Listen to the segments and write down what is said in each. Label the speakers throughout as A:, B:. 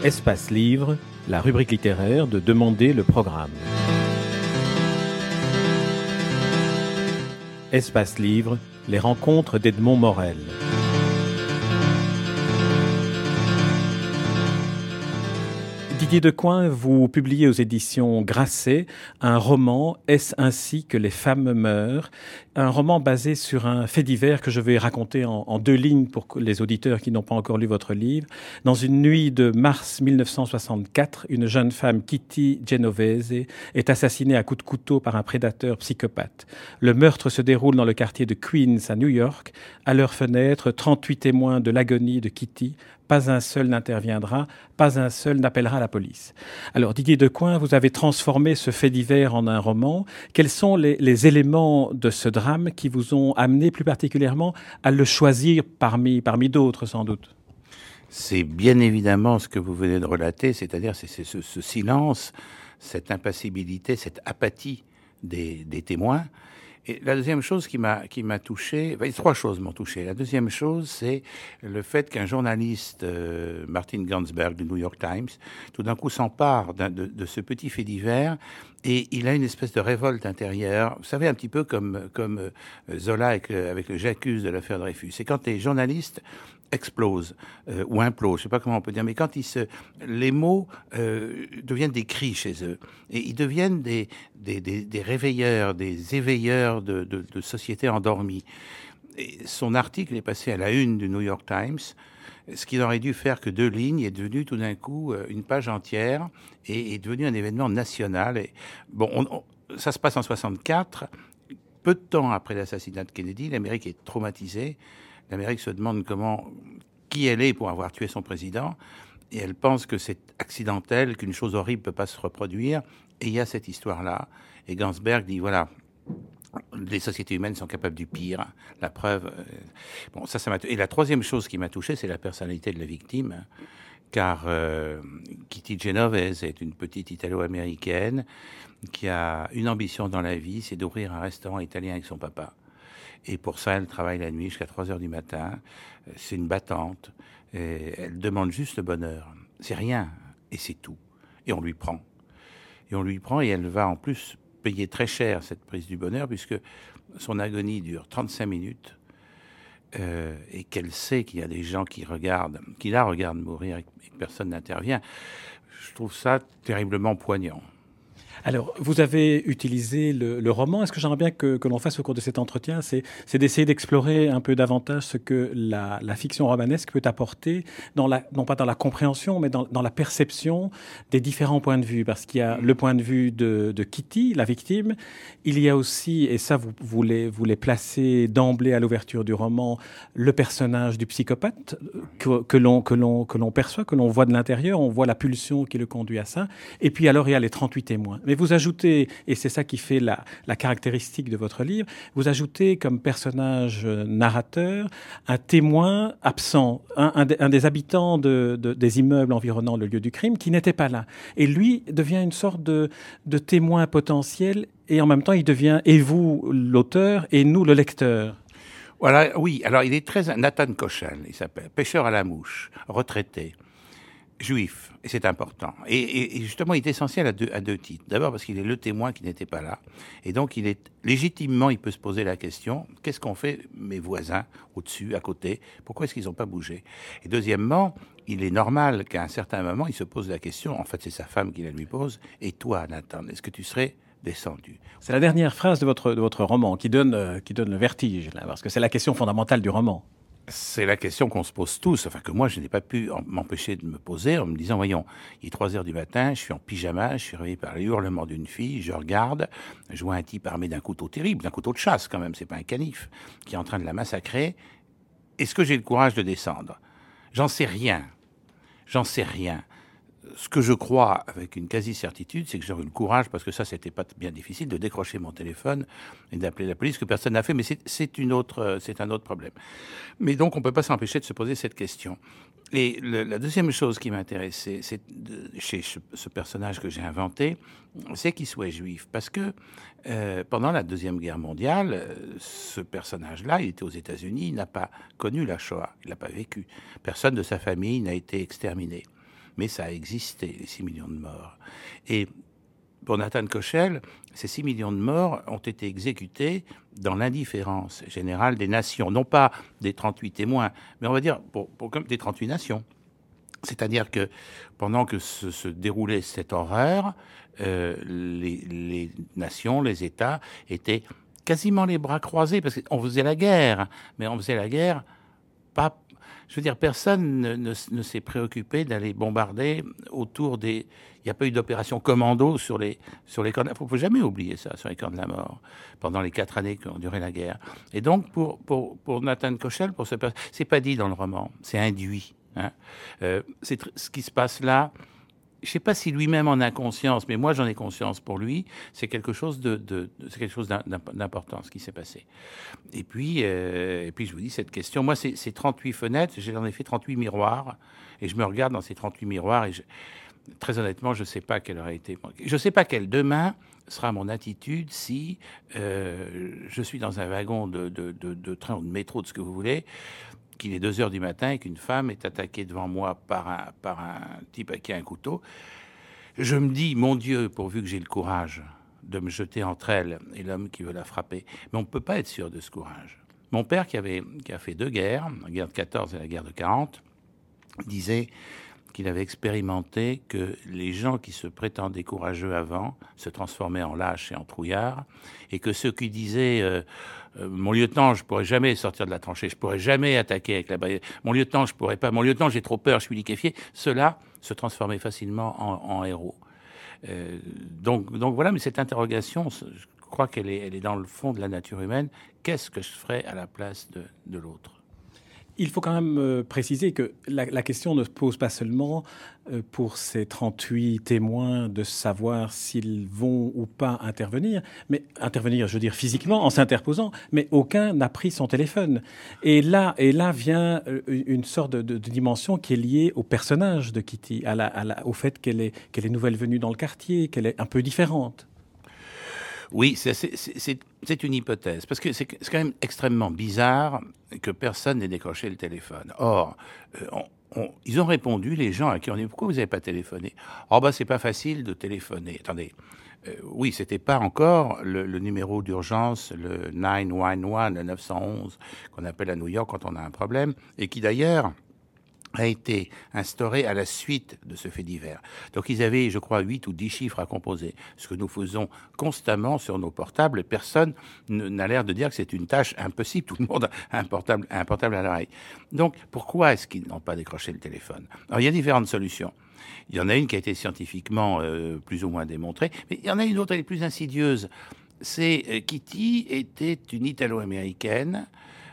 A: Espace Livre, la rubrique littéraire de Demander le programme. Espace Livre, les rencontres d'Edmond Morel. Didier Decoing, vous publiez aux éditions Grasset un roman « Est-ce ainsi que les femmes meurent ?» Un roman basé sur un fait divers que je vais raconter en deux lignes pour les auditeurs qui n'ont pas encore lu votre livre. Dans une nuit de mars 1964, une jeune femme, Kitty Genovese, est assassinée à coups de couteau par un prédateur psychopathe. Le meurtre se déroule dans le quartier de Queens à New York. À leur fenêtre, 38 témoins de l'agonie de Kitty. Pas un seul n'interviendra, pas un seul n'appellera la police. Alors Didier Decoing, vous avez transformé ce fait divers en un roman. Quels sont les éléments de ce drame qui vous ont amené plus particulièrement à le choisir parmi d'autres sans doute ?
B: C'est bien évidemment ce que vous venez de relater, c'est-à-dire c'est ce silence, cette impassibilité, cette apathie des témoins. Et la deuxième chose qui m'a touché, enfin, trois choses m'ont touché. La deuxième chose, c'est le fait qu'un journaliste, Martin Gansberg du New York Times, tout d'un coup s'empare de ce petit fait divers et il a une espèce de révolte intérieure. Vous savez, un petit peu comme Zola avec le J'accuse de l'affaire Dreyfus. C'est quand les journalistes explosent ou implosent, je sais pas comment on peut dire, mais quand les mots deviennent des cris chez eux et ils deviennent des réveilleurs, des éveilleurs de sociétés endormies. Et son article est passé à la une du New York Times. Ce qui n'aurait dû faire que 2 lignes est devenu tout d'un coup une page entière et est devenu un événement national. Et bon, ça se passe en 64. Peu de temps après l'assassinat de Kennedy, l'Amérique est traumatisée. L'Amérique se demande qui elle est pour avoir tué son président, et elle pense que c'est accidentel, qu'une chose horrible peut pas se reproduire, et il y a cette histoire-là. Et Gansberg dit, voilà, les sociétés humaines sont capables du pire. La preuve... bon, ça m'a... Et la troisième chose qui m'a touché, c'est la personnalité de la victime, car Kitty Genovese est une petite Italo-américaine qui a une ambition dans la vie, c'est d'ouvrir un restaurant italien avec son papa. Et pour ça, elle travaille la nuit jusqu'à 3 heures du matin. C'est une battante. Et elle demande juste le bonheur. C'est rien. Et c'est tout. Et on lui prend. Et elle va en plus payer très cher cette prise du bonheur puisque son agonie dure 35 minutes. Et qu'elle sait qu'il y a des gens qui la regardent mourir et que personne n'intervient. Je trouve ça terriblement poignant.
A: Alors, vous avez utilisé le roman. Est-ce que j'aimerais bien que l'on fasse au cours de cet entretien, c'est d'essayer d'explorer un peu davantage ce que la fiction romanesque peut apporter, non pas dans la compréhension, mais dans la perception des différents points de vue. Parce qu'il y a le point de vue de Kitty, la victime. Il y a aussi, et ça vous les placez d'emblée à l'ouverture du roman, le personnage du psychopathe que l'on perçoit, que l'on voit de l'intérieur. On voit la pulsion qui le conduit à ça. Et puis alors, il y a les 38 témoins. Mais vous ajoutez, et c'est ça qui fait la caractéristique de votre livre, vous ajoutez comme personnage narrateur un témoin absent, un des habitants des immeubles environnant le lieu du crime qui n'était pas là. Et lui devient une sorte de témoin potentiel et en même temps il devient, et vous l'auteur, et nous le lecteur.
B: Voilà, oui. Alors il est très... Nathan Kochel, il s'appelle, pêcheur à la mouche, retraité. Juif, et c'est important. Et justement, il est essentiel à deux titres. D'abord parce qu'il est le témoin qui n'était pas là. Et donc, légitimement, il peut se poser la question, qu'est-ce qu'ont fait mes voisins au-dessus, à côté? Pourquoi est-ce qu'ils n'ont pas bougé? Et deuxièmement, il est normal qu'à un certain moment, il se pose la question, en fait, c'est sa femme qui la lui pose, et toi, Nathan, est-ce que tu serais descendu?
A: C'est la dernière phrase de votre roman qui donne le vertige, là, parce que c'est la question fondamentale du roman.
B: C'est la question qu'on se pose tous, enfin que moi je n'ai pas pu m'empêcher de me poser en me disant, voyons, il est 3 heures du matin, je suis en pyjama, je suis réveillé par les hurlements d'une fille, je regarde, je vois un type armé d'un couteau terrible, d'un couteau de chasse quand même, c'est pas un canif, qui est en train de la massacrer. Est-ce que j'ai le courage de descendre? J'en sais rien. Ce que je crois avec une quasi-certitude, c'est que j'aurais eu le courage, parce que ça, c'était pas bien difficile, de décrocher mon téléphone et d'appeler la police, que personne n'a fait, mais c'est un autre problème. Mais donc, on peut pas s'empêcher de se poser cette question. Et la deuxième chose qui m'intéressait, chez ce personnage que j'ai inventé, c'est qu'il soit juif. Parce que pendant la Deuxième Guerre mondiale, ce personnage-là, il était aux États-Unis, il n'a pas connu la Shoah, il l'a pas vécu. Personne de sa famille n'a été exterminé. mais ça a existé, les 6 millions de morts. Et pour Nathan Kochel, ces 6 millions de morts ont été exécutés dans l'indifférence générale des nations, non pas des 38 témoins, mais on va dire comme des 38 nations. C'est-à-dire que pendant que se déroulait cette horreur, les nations, les États étaient quasiment les bras croisés, parce qu'on faisait la guerre, mais on faisait la guerre pas... Je veux dire, personne ne s'est préoccupé d'aller bombarder autour des... Il n'y a pas eu d'opération commando sur les camps. Il ne faut jamais oublier ça, sur les camps de la mort, pendant les 4 années qui ont duré la guerre. Et donc, pour Nathan Kochel, c'est pas dit dans le roman, c'est induit. Hein. Ce qui se passe là, je ne sais pas si lui-même en a conscience, mais moi j'en ai conscience pour lui, c'est quelque chose d'important ce qui s'est passé. Et puis je vous dis cette question, moi c'est 38 fenêtres, j'en ai fait 38 miroirs, et je me regarde dans ces 38 miroirs, et très honnêtement, je ne sais pas quelle aurait été... Je ne sais pas quelle demain sera mon attitude si je suis dans un wagon de train ou de métro, de ce que vous voulez, qu'il est 2 heures du matin et qu'une femme est attaquée devant moi par un type qui a un couteau. Je me dis, mon Dieu, pourvu que j'ai le courage de me jeter entre elle et l'homme qui veut la frapper. Mais on ne peut pas être sûr de ce courage. Mon père, qui a fait 2 guerres, la guerre de 14 et la guerre de 40, disait qu'il avait expérimenté que les gens qui se prétendaient courageux avant se transformaient en lâches et en trouillards, et que ceux qui disaient mon lieutenant, je pourrais jamais sortir de la tranchée, je pourrais jamais attaquer avec la baïonnette, mon lieutenant, je pourrais pas, mon lieutenant, j'ai trop peur, je suis liquéfié, ceux-là se transformaient facilement en héros. Donc voilà, mais cette interrogation, je crois qu'elle est dans le fond de la nature humaine. Qu'est-ce que je ferais à la place de l'autre ?
A: Il faut quand même préciser que la question ne se pose pas seulement pour ces 38 témoins de savoir s'ils vont ou pas intervenir, mais intervenir, je veux dire physiquement, en s'interposant, mais aucun n'a pris son téléphone. Et là vient une sorte de dimension qui est liée au personnage de Kitty, au fait qu'elle est nouvelle venue dans le quartier, qu'elle est un peu différente.
B: Oui, c'est une hypothèse, parce que c'est quand même extrêmement bizarre que personne n'ait décroché le téléphone. Or, ils ont répondu, les gens à qui on dit « Pourquoi vous n'avez pas téléphoné ?»« Oh, c'est pas facile de téléphoner. » Attendez, oui, c'était pas encore le numéro d'urgence, le 911, le 911, qu'on appelle à New York quand on a un problème, et qui d'ailleurs a été instauré à la suite de ce fait divers. Donc ils avaient, je crois, 8 ou 10 chiffres à composer, ce que nous faisons constamment sur nos portables. Personne n'a l'air de dire que c'est une tâche impossible. Tout le monde a un portable à l'oreille. Donc pourquoi est-ce qu'ils n'ont pas décroché le téléphone ? Alors il y a différentes solutions. Il y en a une qui a été scientifiquement plus ou moins démontrée, mais il y en a une autre, elle est plus insidieuse. C'est Kitty était une Italo-américaine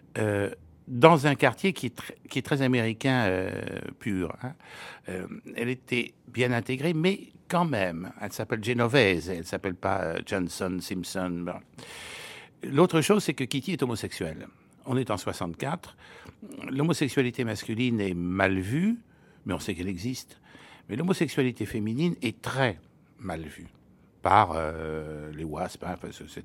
B: dans un quartier qui est très américain pur. Hein. Elle était bien intégrée, mais quand même, elle s'appelle Genovese, elle ne s'appelle pas Johnson, Simpson. Bon. L'autre chose, c'est que Kitty est homosexuelle. On est en 64. L'homosexualité masculine est mal vue, mais on sait qu'elle existe. Mais l'homosexualité féminine est très mal vue par les WASP. Hein,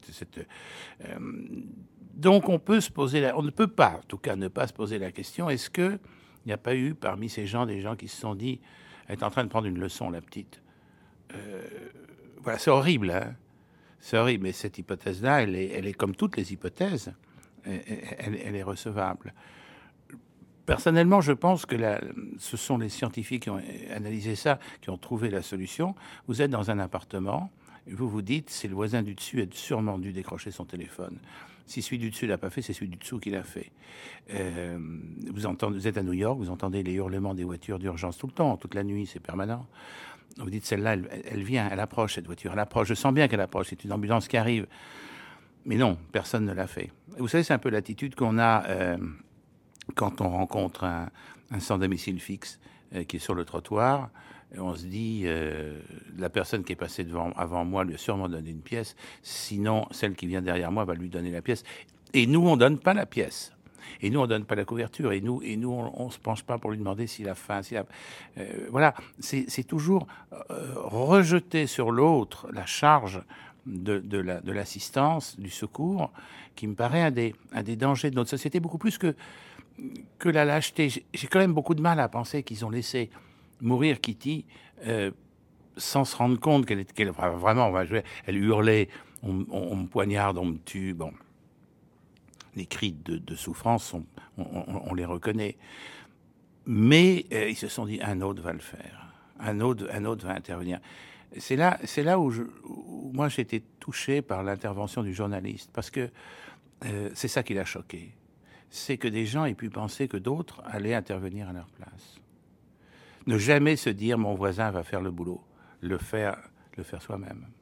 B: donc on ne peut pas, en tout cas, ne pas se poser la question, est-ce qu'il n'y a pas eu parmi ces gens des gens qui se sont dit, elle est en train de prendre une leçon, la petite. Voilà, c'est horrible, hein. C'est horrible, mais cette hypothèse-là, elle est comme toutes les hypothèses, elle est recevable. Personnellement, je pense que ce sont les scientifiques qui ont analysé ça, qui ont trouvé la solution. Vous êtes dans un appartement, et vous vous dites, c'est le voisin du dessus, a sûrement dû décrocher son téléphone. Si celui du dessus l'a pas fait, c'est celui du dessous qui l'a fait. Vous êtes à New York, vous entendez les hurlements des voitures d'urgence tout le temps, toute la nuit, c'est permanent. Vous dites, celle-là, elle vient, elle approche, cette voiture, elle approche. Je sens bien qu'elle approche, c'est une ambulance qui arrive. Mais non, personne ne l'a fait. Vous savez, c'est un peu l'attitude qu'on a quand on rencontre un sans domicile fixe qui est sur le trottoir. Et on se dit, la personne qui est passée avant moi lui a sûrement donné une pièce, sinon celle qui vient derrière moi va lui donner la pièce. Et nous, on ne donne pas la pièce. Et nous, on ne donne pas la couverture. Et nous on ne se penche pas pour lui demander s'il a faim. Voilà, c'est toujours rejeter sur l'autre la charge de l'assistance, du secours, qui me paraît un des dangers de notre société, beaucoup plus que la lâcheté. J'ai quand même beaucoup de mal à penser qu'ils ont laissé mourir Kitty sans se rendre compte vraiment, elle hurlait, on me poignarde, on me tue. Bon, les cris de souffrance, on les reconnaît. Mais ils se sont dit, un autre va le faire, un autre va intervenir. C'est là où moi j'ai été touché par l'intervention du journaliste, parce que c'est ça qui l'a choqué. C'est que des gens aient pu penser que d'autres allaient intervenir à leur place. Ne jamais se dire mon voisin va faire le boulot, le faire soi-même.